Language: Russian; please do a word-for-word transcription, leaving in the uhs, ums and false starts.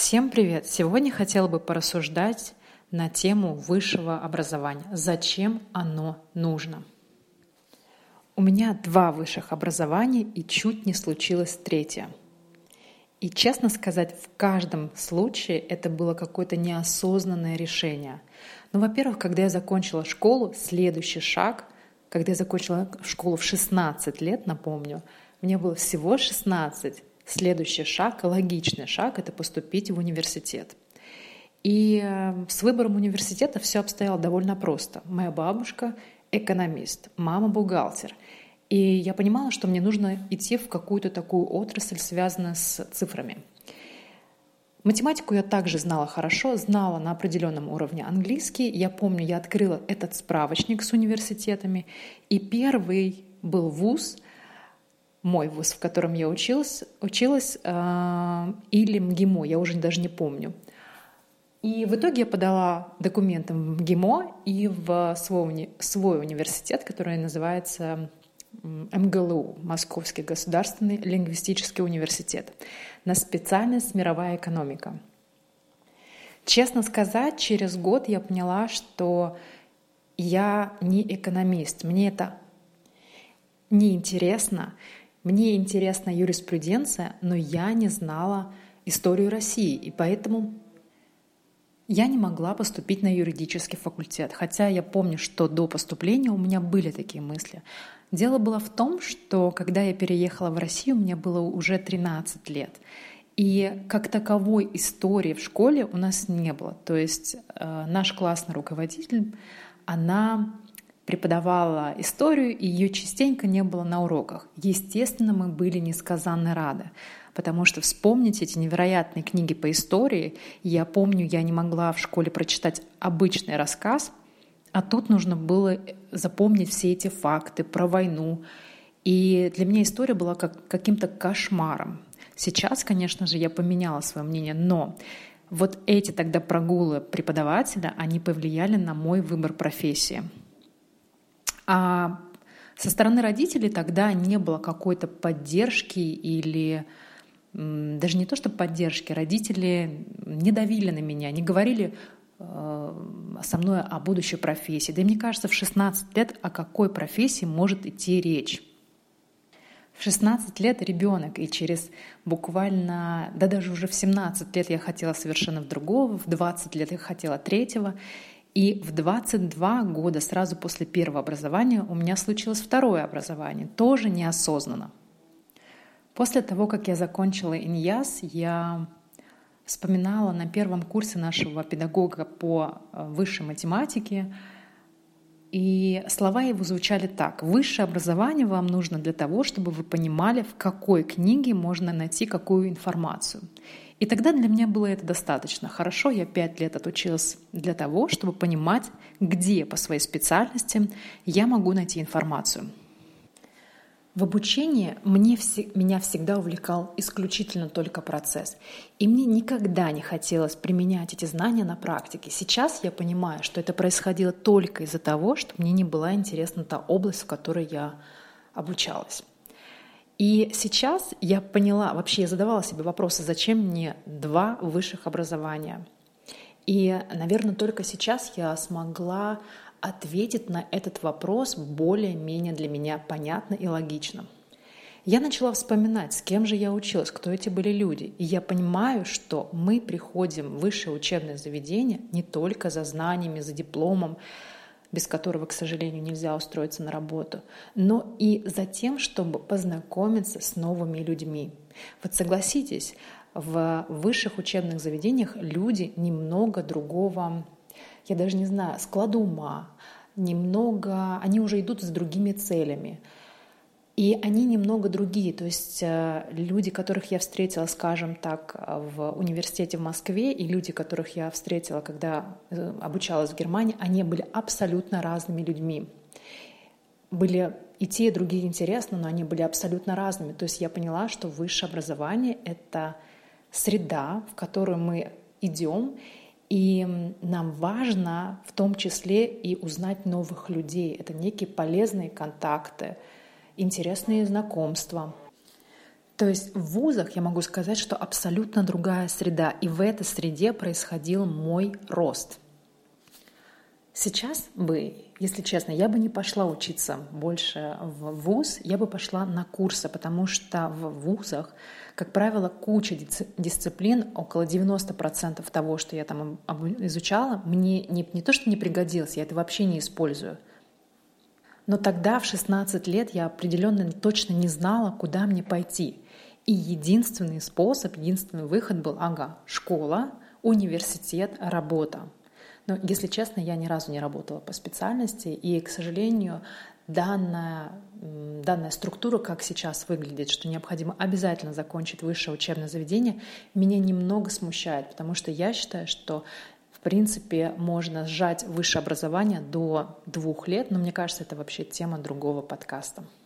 Всем привет! Сегодня хотела бы порассуждать на тему высшего образования. Зачем оно нужно? У меня два высших образования и чуть не случилось третье. И честно сказать, в каждом случае это было какое-то неосознанное решение. Ну, во-первых, когда я закончила школу, следующий шаг, когда я закончила школу в шестнадцать лет, напомню, мне было всего шестнадцать. Следующий шаг, логичный шаг — это поступить в университет. И с выбором университета все обстояло довольно просто. Моя бабушка — экономист, мама — бухгалтер. И я понимала, что мне нужно идти в какую-то такую отрасль, связанную с цифрами. Математику я также знала хорошо, знала на определенном уровне английский. Я помню, я открыла этот справочник с университетами. И первый был вуз, мой вуз, в котором я училась, училась э, или МГИМО, я уже даже не помню. И в итоге я подала документы в МГИМО и в свой, уни, свой университет, который называется МГЛУ, Московский государственный лингвистический университет, на специальность «Мировая экономика». Честно сказать, через год я поняла, что я не экономист, мне это неинтересно. Мне интересна юриспруденция, но я не знала историю России, и поэтому я не могла поступить на юридический факультет. Хотя я помню, что до поступления у меня были такие мысли. Дело было в том, что когда я переехала в Россию, мне было уже тринадцать лет. И как таковой истории в школе у нас не было. То есть э, наш классный руководитель, она преподавала историю, и ее частенько не было на уроках. Естественно, мы были несказанно рады, потому что вспомнить эти невероятные книги по истории, я помню, я не могла в школе прочитать обычный рассказ, а тут нужно было запомнить все эти факты про войну. И для меня история была как каким-то кошмаром. Сейчас, конечно же, я поменяла свое мнение, но вот эти тогда прогулы преподавателя, они повлияли на мой выбор профессии. А со стороны родителей тогда не было какой-то поддержки или даже не то, что поддержки. Родители не давили на меня, не говорили э, со мной о будущей профессии. Да и мне кажется, в шестнадцать лет о какой профессии может идти речь? В шестнадцать лет ребенок, и через буквально, да даже уже в семнадцать лет я хотела совершенно другого, в двадцать лет я хотела третьего. И в двадцать два года, сразу после первого образования, у меня случилось второе образование, тоже неосознанно. После того, как я закончила ИНЯС, я вспоминала на первом курсе нашего педагога по высшей математике, и слова его звучали так: «Высшее образование вам нужно для того, чтобы вы понимали, в какой книге можно найти какую информацию». И тогда для меня было это достаточно. Хорошо, я пять лет отучилась для того, чтобы понимать, где по своей специальности я могу найти информацию. В обучении мне, меня всегда увлекал исключительно только процесс. И мне никогда не хотелось применять эти знания на практике. Сейчас я понимаю, что это происходило только из-за того, что мне не была интересна та область, в которой я обучалась. И сейчас я поняла, вообще я задавала себе вопросы, зачем мне два высших образования. И, наверное, только сейчас я смогла ответить на этот вопрос более-менее для меня понятно и логично. Я начала вспоминать, с кем же я училась, кто эти были люди. И я понимаю, что мы приходим в высшее учебное заведение не только за знаниями, за дипломом, без которого, к сожалению, нельзя устроиться на работу, но и за тем, чтобы познакомиться с новыми людьми. Вот согласитесь, в высших учебных заведениях люди немного другого, я даже не знаю, склада ума, немного, они уже идут с другими целями. И они немного другие, то есть люди, которых я встретила, скажем так, в университете в Москве, и люди, которых я встретила, когда обучалась в Германии, они были абсолютно разными людьми. Были и те, и другие интересны, но они были абсолютно разными. То есть я поняла, что высшее образование — это среда, в которую мы идем, и нам важно в том числе и узнать новых людей. Это некие полезные контакты, интересные знакомства. То есть в вузах я могу сказать, что абсолютно другая среда, и в этой среде происходил мой рост. Сейчас бы, если честно, я бы не пошла учиться больше в вуз, я бы пошла на курсы, потому что в вузах, как правило, куча дисциплин, около девяносто процентов того, что я там изучала, мне не, не то, что не пригодилось, я это вообще не использую. Но тогда, в шестнадцать лет, я определенно точно не знала, куда мне пойти. И единственный способ, единственный выход был, ага, школа, университет, работа. Но, если честно, я ни разу не работала по специальности, и, к сожалению, данная, данная структура, как сейчас выглядит, что необходимо обязательно закончить высшее учебное заведение, меня немного смущает, потому что я считаю, что в принципе можно сжать высшее образование до двух лет, но мне кажется, это вообще тема другого подкаста.